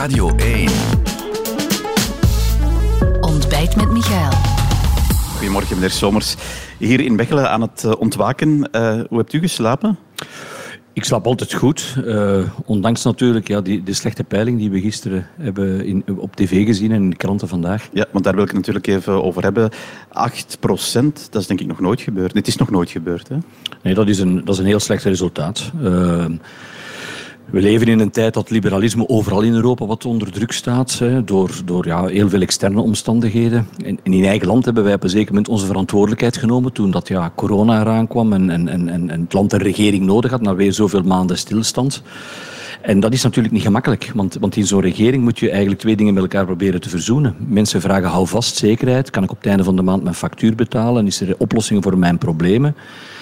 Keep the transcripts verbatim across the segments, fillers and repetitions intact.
Radio één. Ontbijt met Michael. Goedemorgen, meneer Somers. Hier in Mechelen aan het uh, ontwaken. Uh, hoe hebt u geslapen? Ik slaap altijd goed, uh, ondanks natuurlijk ja, die, de slechte peiling die we gisteren hebben in, op tv gezien en in de kranten vandaag. Ja, want daar wil ik het natuurlijk even over hebben. acht procent, dat is denk ik nog nooit gebeurd. Dit is nog nooit gebeurd, hè? Nee, dat is een, dat is een heel slecht resultaat. Uh, We leven in een tijd dat liberalisme overal in Europa wat onder druk staat, hè, door, door ja, heel veel externe omstandigheden. En, en in eigen land hebben wij op een zeker moment onze verantwoordelijkheid genomen toen dat ja, corona eraan kwam en, en, en, en het land een regering nodig had na weer zoveel maanden stilstand. En dat is natuurlijk niet gemakkelijk, want, want in zo'n regering moet je eigenlijk twee dingen met elkaar proberen te verzoenen. Mensen vragen houvast zekerheid, kan ik op het einde van de maand mijn factuur betalen, is er oplossingen voor mijn problemen?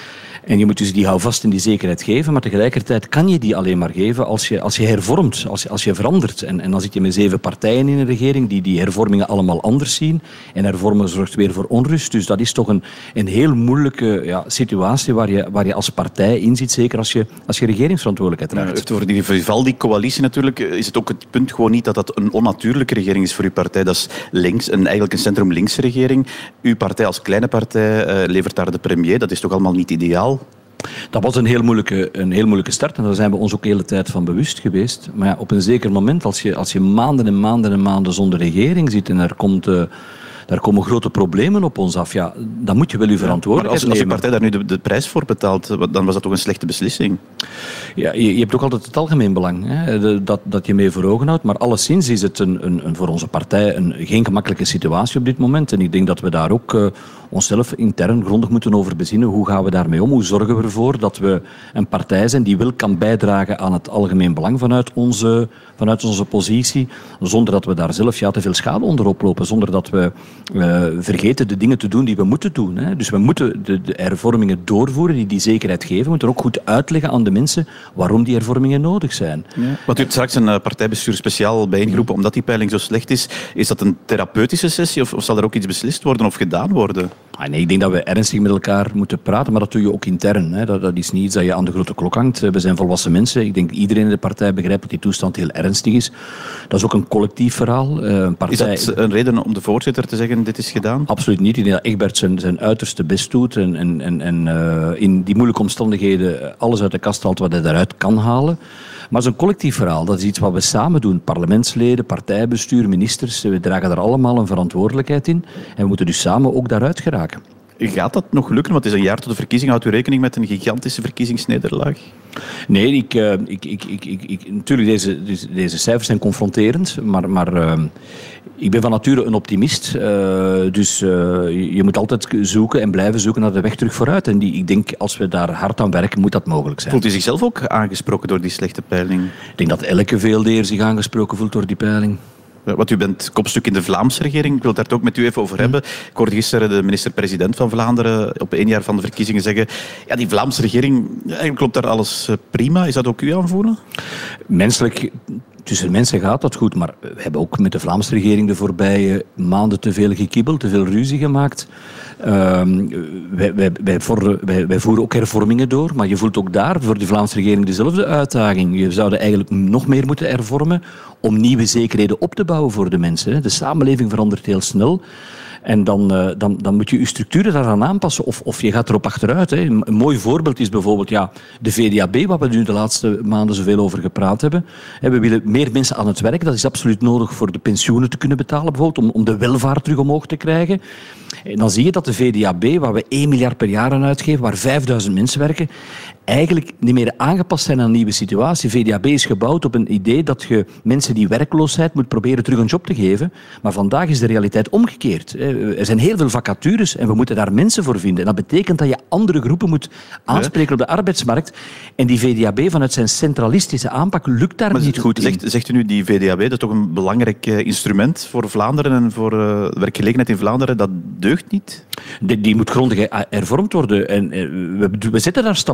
En je moet dus die houvast en die zekerheid geven, maar tegelijkertijd kan je die alleen maar geven als je, als je hervormt, als je, als je verandert. En, en dan zit je met zeven partijen in een regering die die hervormingen allemaal anders zien. En hervormen zorgt weer voor onrust. Dus dat is toch een, een heel moeilijke ja, situatie waar je, waar je als partij in zit, zeker als je, als je regeringsverantwoordelijkheid draagt. Ja, over die Vivaldi-coalitie natuurlijk is het ook het punt gewoon niet dat dat een onnatuurlijke regering is voor uw partij. Dat is links, een, eigenlijk een centrum-linkse regering. Uw partij als kleine partij uh, levert daar de premier. Dat is toch allemaal niet ideaal? Dat was een heel, moeilijke, een heel moeilijke start en daar zijn we ons ook de hele tijd van bewust geweest. Maar ja, op een zeker moment, als je, als je maanden en maanden en maanden zonder regering zit en er komt... Uh, Daar komen grote problemen op ons af. Ja, dan moet je wel je verantwoordelijkheid nemen. Maar als, als nemen. je partij daar nu de, de prijs voor betaalt, dan was dat toch een slechte beslissing? Ja, je, je hebt ook altijd het algemeen belang, hè, de, dat, dat je mee voor ogen houdt. Maar alleszins is het een, een, een, voor onze partij een, geen gemakkelijke situatie op dit moment. En ik denk dat we daar ook uh, onszelf intern grondig moeten over bezinnen. Hoe gaan we daarmee om? Hoe zorgen we ervoor dat we een partij zijn die wel kan bijdragen aan het algemeen belang vanuit onze, vanuit onze positie, zonder dat we daar zelf ja, te veel schade onder oplopen, zonder dat we Uh, vergeten de dingen te doen die we moeten doen. Hè. Dus we moeten de, de hervormingen doorvoeren die die zekerheid geven. We moeten ook goed uitleggen aan de mensen waarom die hervormingen nodig zijn. Ja. Want u hebt straks een uh, partijbestuur speciaal bijeengeroepen omdat die peiling zo slecht is. Is dat een therapeutische sessie of, of zal er ook iets beslist worden of gedaan worden? Ah, nee, ik denk dat we ernstig met elkaar moeten praten, maar dat doe je ook intern. Hè. Dat, dat is niet iets dat je aan de grote klok hangt. We zijn volwassen mensen. Ik denk dat iedereen in de partij begrijpt dat die toestand heel ernstig is. Dat is ook een collectief verhaal. Uh, een partij... Is dat een reden om de voorzitter te zeggen dit is gedaan? Absoluut niet. Ik denk dat Egbert zijn, zijn uiterste best doet en, en, en, en uh, in die moeilijke omstandigheden alles uit de kast haalt wat hij daaruit kan halen. Maar het is een collectief verhaal. Dat is iets wat we samen doen. Parlementsleden, partijbestuur, ministers. We dragen daar allemaal een verantwoordelijkheid in. En we moeten dus samen ook daaruit geraken. Gaat dat nog lukken? Want het is een jaar tot de verkiezing. Houdt u rekening met een gigantische verkiezingsnederlaag? Nee, ik, uh, ik, ik, ik, ik, ik, natuurlijk, deze, deze cijfers zijn confronterend. Maar, maar uh, ik ben van nature een optimist. Uh, dus uh, je, je moet altijd zoeken en blijven zoeken naar de weg terug vooruit. En die, ik denk, als we daar hard aan werken, moet dat mogelijk zijn. Voelt u zichzelf ook aangesproken door die slechte peiling? Ik denk dat elke V L D'er zich aangesproken voelt door die peiling. Want u bent kopstuk in de Vlaamse regering. Ik wil het daar ook met u even over hebben. Ik hoorde gisteren de minister-president van Vlaanderen op één jaar van de verkiezingen zeggen ja, die Vlaamse regering, eigenlijk klopt daar alles prima. Is dat ook u aanvoelen? Menselijk... Tussen mensen gaat dat goed, maar we hebben ook met de Vlaamse regering de voorbije maanden te veel gekibbeld, te veel ruzie gemaakt. Uh, wij, wij, wij, voor, wij, wij voeren ook hervormingen door, maar je voelt ook daar voor de Vlaamse regering dezelfde uitdaging. Je zou eigenlijk nog meer moeten hervormen om nieuwe zekerheden op te bouwen voor de mensen. De samenleving verandert heel snel. En dan, uh, dan, dan moet je je structuren daaraan aanpassen of, of je gaat erop achteruit. Hè. Een, een mooi voorbeeld is bijvoorbeeld ja, de V D A B, waar we nu de laatste maanden zoveel over gepraat hebben. We willen meer mensen aan het werk. Dat is absoluut nodig voor de pensioenen te kunnen betalen, bijvoorbeeld, om, om de welvaart terug omhoog te krijgen. En dan zie je dat de V D A B, waar we één miljard per jaar aan uitgeven, waar vijfduizend mensen werken, eigenlijk niet meer aangepast zijn aan een nieuwe situatie. V D A B is gebouwd op een idee dat je mensen die werkloos zijn moet proberen terug een job te geven. Maar vandaag is de realiteit omgekeerd. Er zijn heel veel vacatures en we moeten daar mensen voor vinden. En dat betekent dat je andere groepen moet aanspreken op de arbeidsmarkt. En die V D A B vanuit zijn centralistische aanpak lukt daar maar niet goed in. Zegt, zegt u nu die V D A B, dat is toch een belangrijk instrument voor Vlaanderen en voor uh, werkgelegenheid in Vlaanderen, dat deugt niet? Die, die moet grondig hervormd worden. En we, we zetten daar stappen in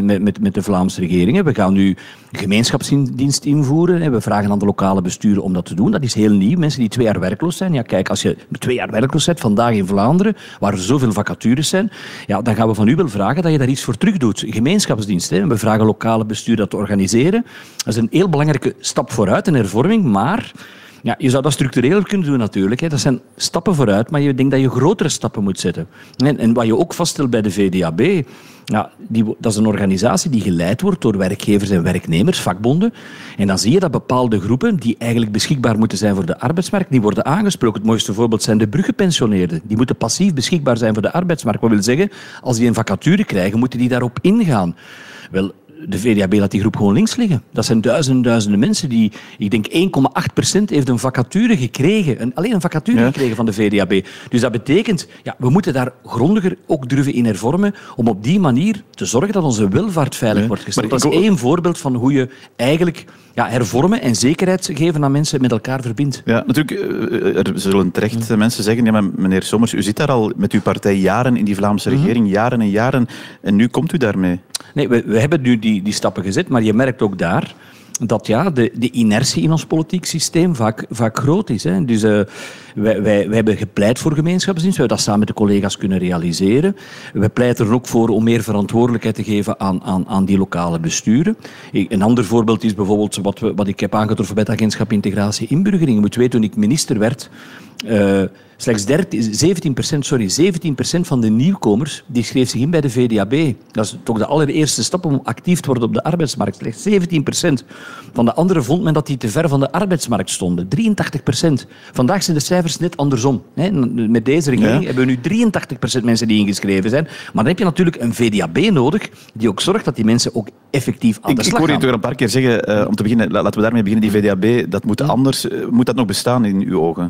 met, met, met de Vlaamse regering. We gaan nu gemeenschapsdienst invoeren. We vragen aan de lokale besturen om dat te doen. Dat is heel nieuw. Mensen die twee jaar werkloos zijn. Ja, kijk, als je twee jaar werkloos bent, vandaag in Vlaanderen, waar er zoveel vacatures zijn, ja, dan gaan we van u wel vragen dat je daar iets voor terug doet. Gemeenschapsdienst. Hè. We vragen lokale besturen dat te organiseren. Dat is een heel belangrijke stap vooruit, een hervorming, maar ja, je zou dat structureel kunnen doen natuurlijk. Hè. Dat zijn stappen vooruit, maar je denkt dat je grotere stappen moet zetten. En, en wat je ook vaststelt bij de V D A B, ja, die, dat is een organisatie die geleid wordt door werkgevers en werknemers, vakbonden. En dan zie je dat bepaalde groepen die eigenlijk beschikbaar moeten zijn voor de arbeidsmarkt, die worden aangesproken. Het mooiste voorbeeld zijn de bruggepensioneerden. Die moeten passief beschikbaar zijn voor de arbeidsmarkt. Wat wil zeggen, als die een vacature krijgen, moeten die daarop ingaan. Wel, de V D A B laat die groep gewoon links liggen. Dat zijn duizenden, duizenden mensen die... Ik denk één komma acht procent heeft een vacature gekregen. Een, alleen een vacature ja. gekregen van de V D A B. Dus dat betekent, ja, we moeten daar grondiger ook durven in hervormen om op die manier te zorgen dat onze welvaart veilig ja. wordt gesteld. Dat is één voorbeeld van hoe je eigenlijk ja, hervormen en zekerheid geven aan mensen met elkaar verbindt. Ja, natuurlijk, er zullen terecht ja. mensen zeggen, ja, maar meneer Sommers, u zit daar al met uw partij jaren in die Vlaamse regering, mm-hmm. jaren en jaren, en nu komt u daarmee. Nee, we, we hebben nu die, die stappen gezet, maar je merkt ook daar dat ja, de, de inertie in ons politiek systeem vaak, vaak groot is. Hè. Dus uh, wij, wij, wij hebben gepleit voor gemeenschapsdienst. We hebben dat samen met de collega's kunnen realiseren. We pleiten er ook voor om meer verantwoordelijkheid te geven aan, aan, aan die lokale besturen. Een ander voorbeeld is bijvoorbeeld wat, we, wat ik heb aangetroffen bij het agentschap Integratie Inburgering. Je moet weten, toen ik minister werd, Uh, slechts dertien, zeventien procent, sorry, zeventien procent van de nieuwkomers die schreef zich in bij de V D A B. Dat is toch de allereerste stap om actief te worden op de arbeidsmarkt. Slechts zeventien procent. Van de anderen vond men dat die te ver van de arbeidsmarkt stonden. drieëntachtig procent. Vandaag zijn de cijfers net andersom. Met deze regering ja. hebben we nu drieëntachtig procent mensen die ingeschreven zijn. Maar dan heb je natuurlijk een V D A B nodig die ook zorgt dat die mensen ook effectief aan de slag gaan. Ik hoor je toch een paar keer zeggen, uh, om te beginnen, laten we daarmee beginnen, die V D A B, dat moet anders. Uh, moet dat nog bestaan in uw ogen?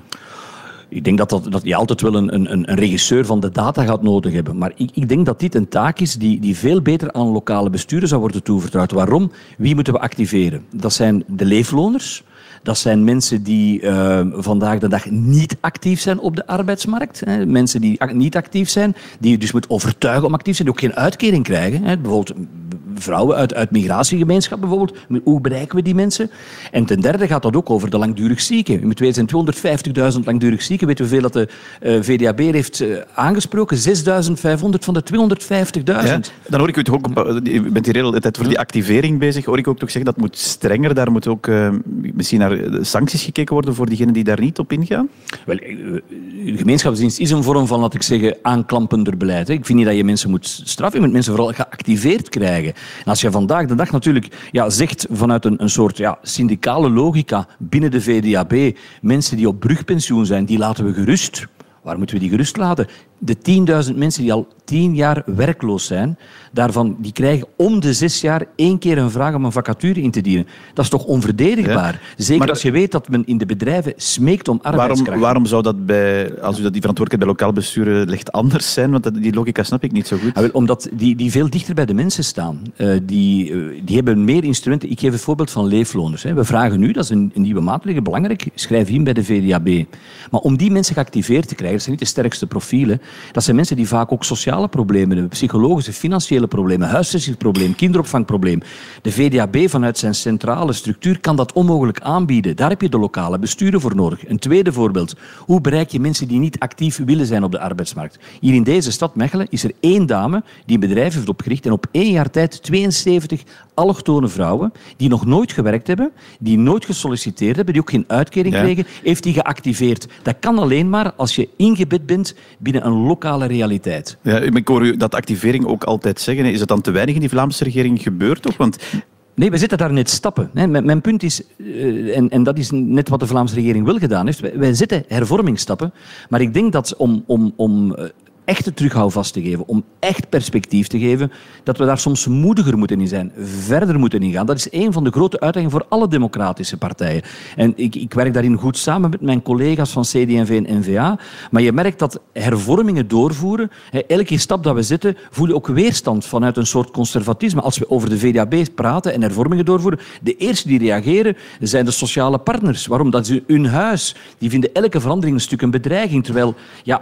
Ik denk dat, dat, dat je altijd wel een, een, een regisseur van de data gaat nodig hebben. Maar ik, ik denk dat dit een taak is die, die veel beter aan lokale besturen zou worden toevertrouwd. Waarom? Wie moeten we activeren? Dat zijn de leefloners. Dat zijn mensen die uh, vandaag de dag niet actief zijn op de arbeidsmarkt. Hè. Mensen die niet actief zijn, die je dus moet overtuigen om actief te zijn, die ook geen uitkering krijgen. Hè. Bijvoorbeeld vrouwen uit, uit migratiegemeenschap bijvoorbeeld. Hoe bereiken we die mensen? En ten derde gaat dat ook over de langdurig zieken. In twee zijn tweehonderdvijftigduizend langdurig zieken. Weet je hoeveel dat de uh, V D A B heeft uh, aangesproken? zesduizend vijfhonderd van de tweehonderdvijftigduizend. Ja, dan hoor ik u toch ook, uh, je bent hier de hele tijd voor die activering bezig, hoor ik ook toch zeggen dat moet strenger, daar moet ook uh, misschien naar sancties gekeken worden voor diegenen die daar niet op ingaan? Wel, uh, gemeenschapsdienst is een vorm van, laat ik zeggen, aanklampender beleid. Hè. Ik vind niet dat je mensen moet straffen, je moet mensen vooral geactiveerd krijgen. En als je vandaag de dag natuurlijk ja, zegt vanuit een, een soort ja, syndicale logica binnen de V D A B, mensen die op brugpensioen zijn, die laten we gerust. Waar moeten we die gerust laten? De tienduizend mensen die al tien jaar werkloos zijn, daarvan die krijgen om de zes jaar één keer een vraag om een vacature in te dienen. Dat is toch onverdedigbaar? Ja. Zeker maar als je weet dat men in de bedrijven smeekt om arbeidskrachten. Waarom, waarom zou dat bij, als u dat die verantwoordelijkheid bij lokaal besturen legt, anders zijn? Want dat, die logica snap ik niet zo goed. Ja, wel, omdat die, die veel dichter bij de mensen staan. Uh, die, uh, die hebben meer instrumenten. Ik geef het voorbeeld van leefloners. Hè. We vragen nu, dat is een, een nieuwe maatregel, belangrijk, schrijf in bij de V D A B. Maar om die mensen geactiveerd te krijgen, dat zijn niet de sterkste profielen, dat zijn mensen die vaak ook sociale problemen hebben, psychologische, financiële problemen, huisvestingsprobleem, kinderopvangprobleem. De V D A B vanuit zijn centrale structuur kan dat onmogelijk aanbieden. Daar heb je de lokale besturen voor nodig. Een tweede voorbeeld. Hoe bereik je mensen die niet actief willen zijn op de arbeidsmarkt? Hier in deze stad Mechelen is er één dame die een bedrijf heeft opgericht en op één jaar tijd tweeënzeventig allochtone vrouwen die nog nooit gewerkt hebben, die nooit gesolliciteerd hebben, die ook geen uitkering ja. kregen, heeft die geactiveerd. Dat kan alleen maar als je ingebed bent binnen een lokale realiteit. Ja, ik hoor u dat activering ook altijd zeggen. Is het dan te weinig in die Vlaamse regering gebeurd? Ook? Want nee, we zitten daar net stappen. Mijn punt is, en, en dat is net wat de Vlaamse regering wel gedaan heeft, wij zetten hervormingsstappen, maar ik denk dat om, om, om echte terughouvast te geven, om echt perspectief te geven, dat we daar soms moediger moeten in zijn, verder moeten ingaan. Dat is een van de grote uitdagingen voor alle democratische partijen. En ik, ik werk daarin goed samen met mijn collega's van C D en V en N V A, maar je merkt dat hervormingen doorvoeren, elke stap dat we zetten, voel je ook weerstand vanuit een soort conservatisme. Als we over de V D A B praten en hervormingen doorvoeren, de eerste die reageren zijn de sociale partners. Waarom? Dat is hun huis. Die vinden elke verandering een stuk een bedreiging, terwijl ja,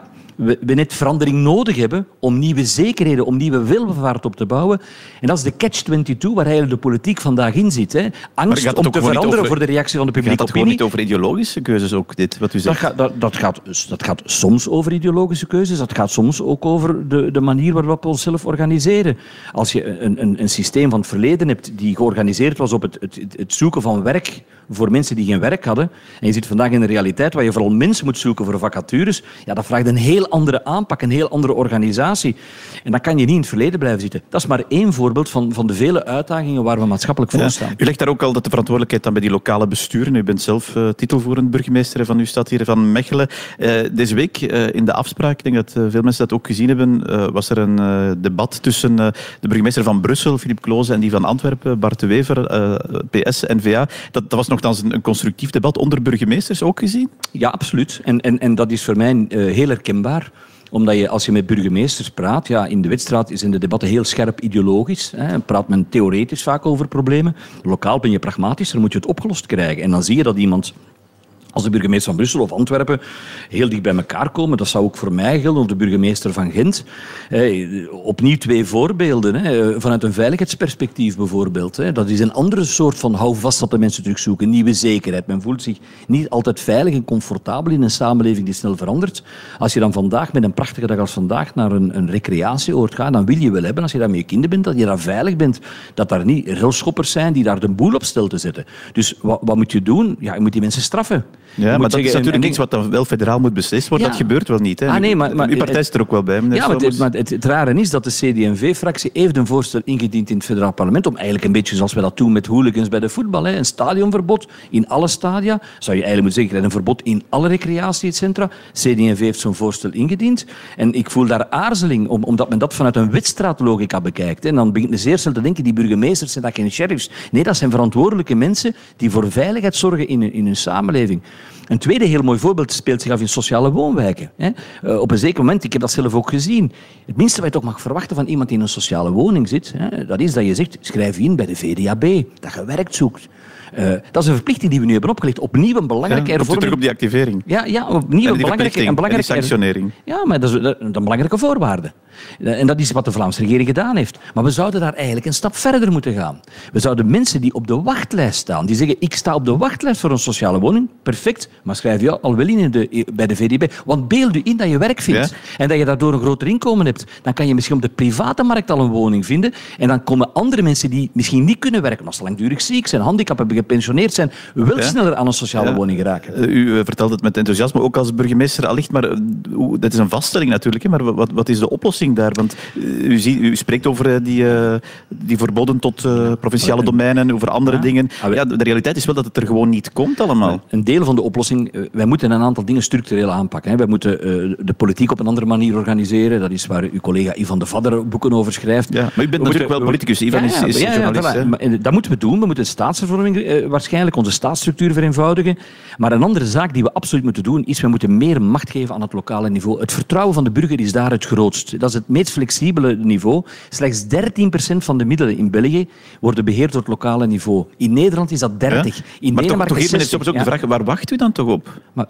we, we net verandering nodig hebben om nieuwe zekerheden, om nieuwe welvaart op te bouwen. En dat is de catch tweeëntwintig waar eigenlijk de politiek vandaag in zit. Hè. Angst om te veranderen over, voor de reactie van de publieke opinie. Gaat het gewoon niet over ideologische keuzes ook, dit, wat u zegt? Dat gaat, dat, dat, gaat, dat gaat soms over ideologische keuzes, dat gaat soms ook over de, de manier waarop we onszelf organiseren. Als je een, een, een systeem van het verleden hebt die georganiseerd was op het, het, het zoeken van werk voor mensen die geen werk hadden, en je zit vandaag in een realiteit waar je vooral mensen moet zoeken voor vacatures, ja, dat vraagt een heel andere aanpak, een heel andere organisatie. En dan kan je niet in het verleden blijven zitten. Dat is maar één voorbeeld van, van de vele uitdagingen waar we maatschappelijk voor staan. Ja, u legt daar ook al dat de verantwoordelijkheid dan bij die lokale besturen. U bent zelf uh, titelvoerend burgemeester van uw stad hier van Mechelen. Uh, deze week uh, in de afspraak, ik denk dat uh, veel mensen dat ook gezien hebben, uh, was er een uh, debat tussen uh, de burgemeester van Brussel, Philippe Kloze, en die van Antwerpen, Bart de Wever, uh, P S, N V A. Dat, dat was nogthans een, een constructief debat onder burgemeesters ook gezien? Ja, absoluut. En, en, en dat is voor mij uh, heel herkenbaar. Omdat je, als je met burgemeesters praat, ja, in de Wetstraat zijn de debatten heel scherp ideologisch. Hè, praat men theoretisch vaak over problemen. Lokaal ben je pragmatisch, dan moet je het opgelost krijgen. En dan zie je dat iemand als de burgemeester van Brussel of Antwerpen heel dicht bij elkaar komen. Dat zou ook voor mij gelden, of de burgemeester van Gent. Eh, opnieuw twee voorbeelden. Hè. Vanuit een veiligheidsperspectief bijvoorbeeld. Hè. Dat is een andere soort van houvast dat de mensen terugzoeken. Nieuwe zekerheid. Men voelt zich niet altijd veilig en comfortabel in een samenleving die snel verandert. Als je dan vandaag met een prachtige dag als vandaag naar een, een recreatieoord gaat, dan wil je wel hebben, als je daar met je kinderen bent, dat je daar veilig bent. Dat daar niet railschoppers zijn die daar de boel op stel te zetten. Dus wat, wat moet je doen? Ja, je moet die mensen straffen. Ja, maar dat zeggen, is natuurlijk en, en, iets wat dan wel federaal moet beslist worden. Ja. Dat gebeurt wel niet. Hè? Ah, nee, maar, maar, uw partij is er ook wel bij, meneer Ja, maar, het, maar het, het rare is dat de C D en V-fractie heeft een voorstel ingediend in het federaal parlement om eigenlijk een beetje zoals we dat doen met hooligans bij de voetbal, hè, een stadionverbod in alle stadia. Zou je eigenlijk moeten zeggen, een verbod in alle recreatiecentra. C D en V heeft zo'n voorstel ingediend. En ik voel daar aarzeling, om, omdat men dat vanuit een wetstraatlogica bekijkt. Hè. En dan begint men zeer snel te denken, die burgemeesters zijn dat geen sheriffs. Nee, dat zijn verantwoordelijke mensen die voor veiligheid zorgen in hun, in hun samenleving. Een tweede heel mooi voorbeeld speelt zich af in sociale woonwijken. Uh, op een zeker moment, ik heb dat zelf ook gezien, het minste wat je toch mag verwachten van iemand die in een sociale woning zit, hè, dat is dat je zegt, schrijf je in bij de V D A B, dat je werk zoekt. Uh, dat is een verplichting die we nu hebben opgelegd. Opnieuw een belangrijke ja, hervorming. terug op die activering. Ja, ja opnieuw een belangrijke, een belangrijke en die sanctionering. Ja, maar dat is, dat is een belangrijke voorwaarde. En dat is wat de Vlaamse regering gedaan heeft. Maar we zouden daar eigenlijk een stap verder moeten gaan. We zouden mensen die op de wachtlijst staan, die zeggen, ik sta op de wachtlijst voor een sociale woning, perfect, maar schrijf je al wel in de, bij de V D B. Want beeld u in dat je werk vindt ja. en dat je daardoor een groter inkomen hebt. Dan kan je misschien op de private markt al een woning vinden en dan komen andere mensen die misschien niet kunnen werken, maar langdurig ziek zijn, handicap hebben, gepensioneerd zijn, wel ja. sneller aan een sociale ja. woning geraken. U uh, vertelt het met enthousiasme, ook als burgemeester allicht, maar uh, dat is een vaststelling natuurlijk, hè, maar wat, wat is de oplossing daar? Want uh, u, ziet, u spreekt over uh, die, uh, die verboden tot uh, provinciale domeinen, over andere ja. dingen. Ja, de realiteit is wel dat het er gewoon niet komt allemaal. Een deel van de oplossing, uh, wij moeten een aantal dingen structureel aanpakken. Hè. Wij moeten uh, de politiek op een andere manier organiseren. Dat is waar uw collega Ivan de Vadder boeken over schrijft. Ja, maar u bent we natuurlijk moeten, wel politicus. Ivan ja, ja, is, is ja, journalist. Ja, ja, dat moeten we doen. We moeten staatsvervorming uh, waarschijnlijk onze staatsstructuur vereenvoudigen. Maar een andere zaak die we absoluut moeten doen, is we moeten meer macht geven aan het lokale niveau. Het vertrouwen van de burger is daar het grootst. Dat is het meest flexibele niveau. Slechts dertien procent van de middelen in België worden beheerd door het lokale niveau. In Nederland is dat dertig. Ja? In maar toch, toch heeft men soms ook ja. de vraag, waar wacht u dan toch op? Maar,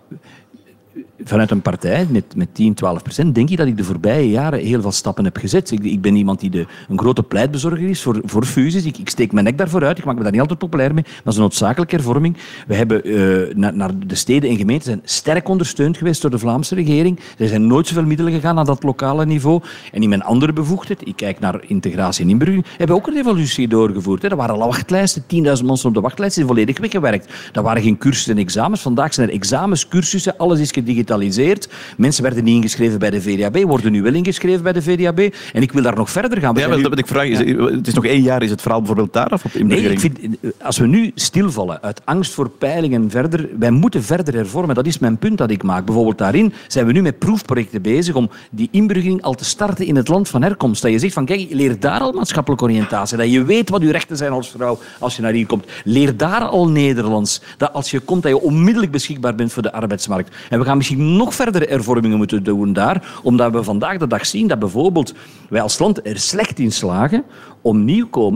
vanuit een partij met, met tien, twaalf procent denk ik dat ik de voorbije jaren heel veel stappen heb gezet. Ik, ik ben iemand die de, een grote pleitbezorger is voor, voor fusies. Ik, ik steek mijn nek daarvoor uit. Ik maak me daar niet altijd populair mee. Maar dat is een noodzakelijke hervorming. We hebben uh, naar, naar de steden en gemeenten zijn sterk ondersteund geweest door de Vlaamse regering. Er zijn nooit zoveel middelen gegaan naar dat lokale niveau. En in mijn andere bevoegdheid, ik kijk naar integratie en inburgering, hebben we ook een revolutie doorgevoerd. Hè. Er waren al wachtlijsten, tienduizend mensen op de wachtlijst, die zijn volledig weggewerkt. Dat waren geen cursussen en examens. Vandaag zijn er examens, cursussen, alles is gedigitaliseerd. Mensen werden niet ingeschreven bij de V D A B, worden nu wel ingeschreven bij de V D A B. En ik wil daar nog verder gaan. We ja, wel, nu... dat ik vraag, is, ja. Het is nog één jaar, is het verhaal bijvoorbeeld daar of op inburgering? Nee, ik vind, als we nu stilvallen uit angst voor peilingen verder, wij moeten verder hervormen. Dat is mijn punt dat ik maak. Bijvoorbeeld daarin zijn we nu met proefprojecten bezig om die inburgering al te starten in het land van herkomst. Dat je zegt van, kijk, leer daar al maatschappelijke oriëntatie. Dat je weet wat je rechten zijn als vrouw als je naar hier komt. Leer daar al Nederlands. Dat als je komt, dat je onmiddellijk beschikbaar bent voor de arbeidsmarkt. En we gaan misschien nog verdere hervormingen moeten doen daar, omdat we vandaag de dag zien dat bijvoorbeeld wij als land er slecht in slagen om nieuwkomers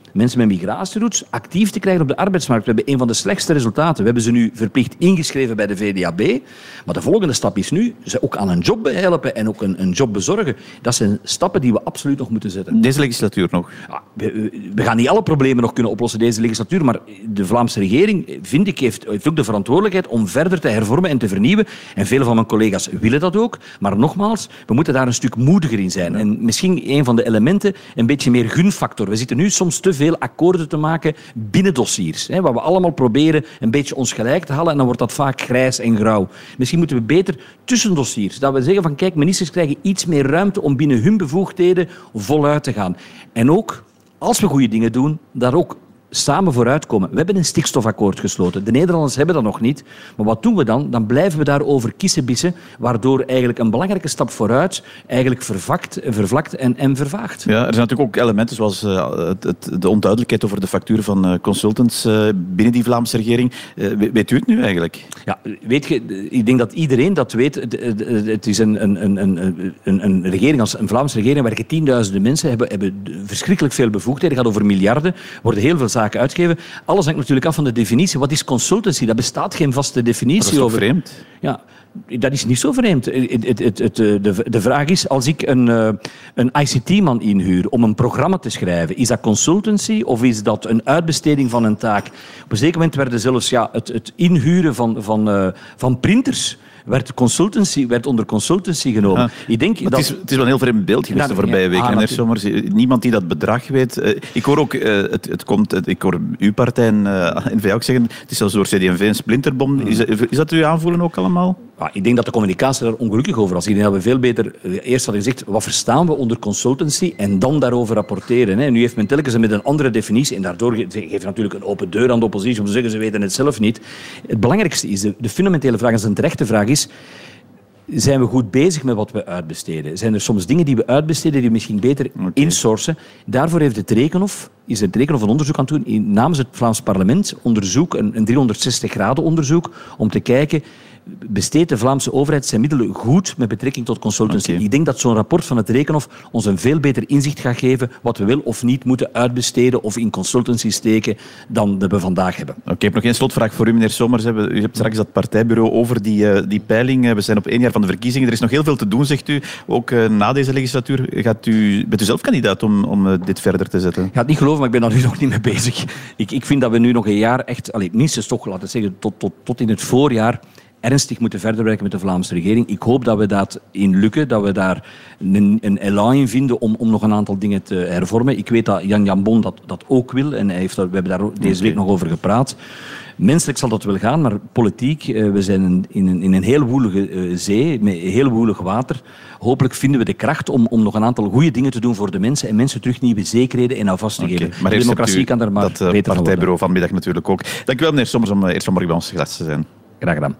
mensen met migratieroutes actief te krijgen op de arbeidsmarkt. We hebben een van de slechtste resultaten. We hebben ze nu verplicht ingeschreven bij de V D A B. Maar de volgende stap is nu ze ook aan een job helpen en ook een, een job bezorgen. Dat zijn stappen die we absoluut nog moeten zetten. Deze legislatuur nog? Ja, we, we gaan niet alle problemen nog kunnen oplossen deze legislatuur, maar de Vlaamse regering, vind ik, heeft, heeft ook de verantwoordelijkheid om verder te hervormen en te vernieuwen. En vele van mijn collega's willen dat ook. Maar nogmaals, we moeten daar een stuk moediger in zijn. En misschien een van de elementen, een beetje meer gunfactor. We zitten nu soms te veel akkoorden te maken binnen dossiers. Hè, waar we allemaal proberen een beetje ons gelijk te halen en dan wordt dat vaak grijs en grauw. Misschien moeten we beter tussen dossiers, dat we zeggen van kijk, ministers krijgen iets meer ruimte om binnen hun bevoegdheden voluit te gaan. En ook, als we goede dingen doen, daar ook samen vooruitkomen. We hebben een stikstofakkoord gesloten. De Nederlanders hebben dat nog niet. Maar wat doen we dan? Dan blijven we daarover kissenbissen, waardoor eigenlijk een belangrijke stap vooruit eigenlijk vervakt, vervlakt en, en vervaagt. Ja, er zijn natuurlijk ook elementen zoals uh, het, het, de onduidelijkheid over de factuur van uh, consultants uh, binnen die Vlaamse regering. Uh, weet u het nu eigenlijk? Ja, weet je, ik denk dat iedereen dat weet. Het, het is een, een, een, een, een regering als een Vlaamse regering waar tienduizenden mensen hebben, hebben verschrikkelijk veel bevoegdheden. Het gaat over miljarden. worden heel veel zaken uitgegeven. Alles hangt natuurlijk af van de definitie. Wat is consultancy? Daar bestaat geen vaste definitie over. Dat is toch over. vreemd? Ja, dat is niet zo vreemd. Het, het, het, het, de, de vraag is, als ik een, een I C T-man inhuur om een programma te schrijven, is dat consultancy of is dat een uitbesteding van een taak? Op een zeker moment werden zelfs ja, het, het inhuren van, van, uh, van printers werd, consultancy, werd onder consultancy genomen. Ja. Ik denk dat... dat... het, is, het is wel een heel vreemd beeld geweest ja, de voorbije ja, weken. ah, Meneer Sommers, niemand die dat bedrag weet. Uh, ik hoor ook, uh, het, het komt, het, ik hoor uw partij en uh, N V A ook zeggen, het is zelfs door C D en V een splinterbom. Is, is dat uw aanvoelen ook allemaal? Ja, ik denk dat de communicatie daar ongelukkig over was. Ik denk dat we veel beter eerst hadden gezegd, wat verstaan we onder consultancy en dan daarover rapporteren. Hè. Nu heeft men telkens met een andere definitie en daardoor geeft natuurlijk een open deur aan de oppositie om te zeggen, ze weten het zelf niet. Het belangrijkste is, de, de fundamentele vraag, als een terechte vraag is, zijn we goed bezig met wat we uitbesteden? Zijn er soms dingen die we uitbesteden die we misschien beter okay. insourcen? Daarvoor heeft het Rekenhof, is het Rekenhof een onderzoek aan het doen, in, namens het Vlaams parlement, onderzoek, een, een driehonderdzestig graden onderzoek, om te kijken, besteedt de Vlaamse overheid zijn middelen goed met betrekking tot consultancy? Okay. Ik denk dat zo'n rapport van het Rekenhof ons een veel beter inzicht gaat geven wat we wel of niet moeten uitbesteden of in consultancy steken dan we vandaag hebben. Oké, ik heb nog één slotvraag voor u, meneer Sommers. U hebt straks dat partijbureau over die, uh, die peiling. We zijn op één jaar van de verkiezingen. Er is nog heel veel te doen, zegt u. Ook uh, na deze legislatuur. Gaat u, bent u zelf kandidaat om, om uh, dit verder te zetten? Ik ga het niet geloven, maar ik ben daar nu nog niet mee bezig. Ik, ik vind dat we nu nog een jaar echt, allez, minstens toch, laten we zeggen, tot, tot, tot in het voorjaar ernstig moeten verder werken met de Vlaamse regering. Ik hoop dat we dat in lukken, dat we daar een, een elan in vinden om, om nog een aantal dingen te hervormen. Ik weet dat Jan Jambon dat, dat ook wil en hij heeft dat, we hebben daar deze week nog over gepraat. Menselijk zal dat wel gaan, maar politiek, we zijn in een, in een heel woelige zee, met heel woelig water. Hopelijk vinden we de kracht om, om nog een aantal goede dingen te doen voor de mensen en mensen terug nieuwe zekerheden en houvast te geven. Okay, maar de democratie kan daar maar dat uh, beter van partijbureau vanmiddag natuurlijk ook. Dank u wel, meneer Sommers, om uh, eerst vanmorgen bij ons gast te zijn. Graag gedaan.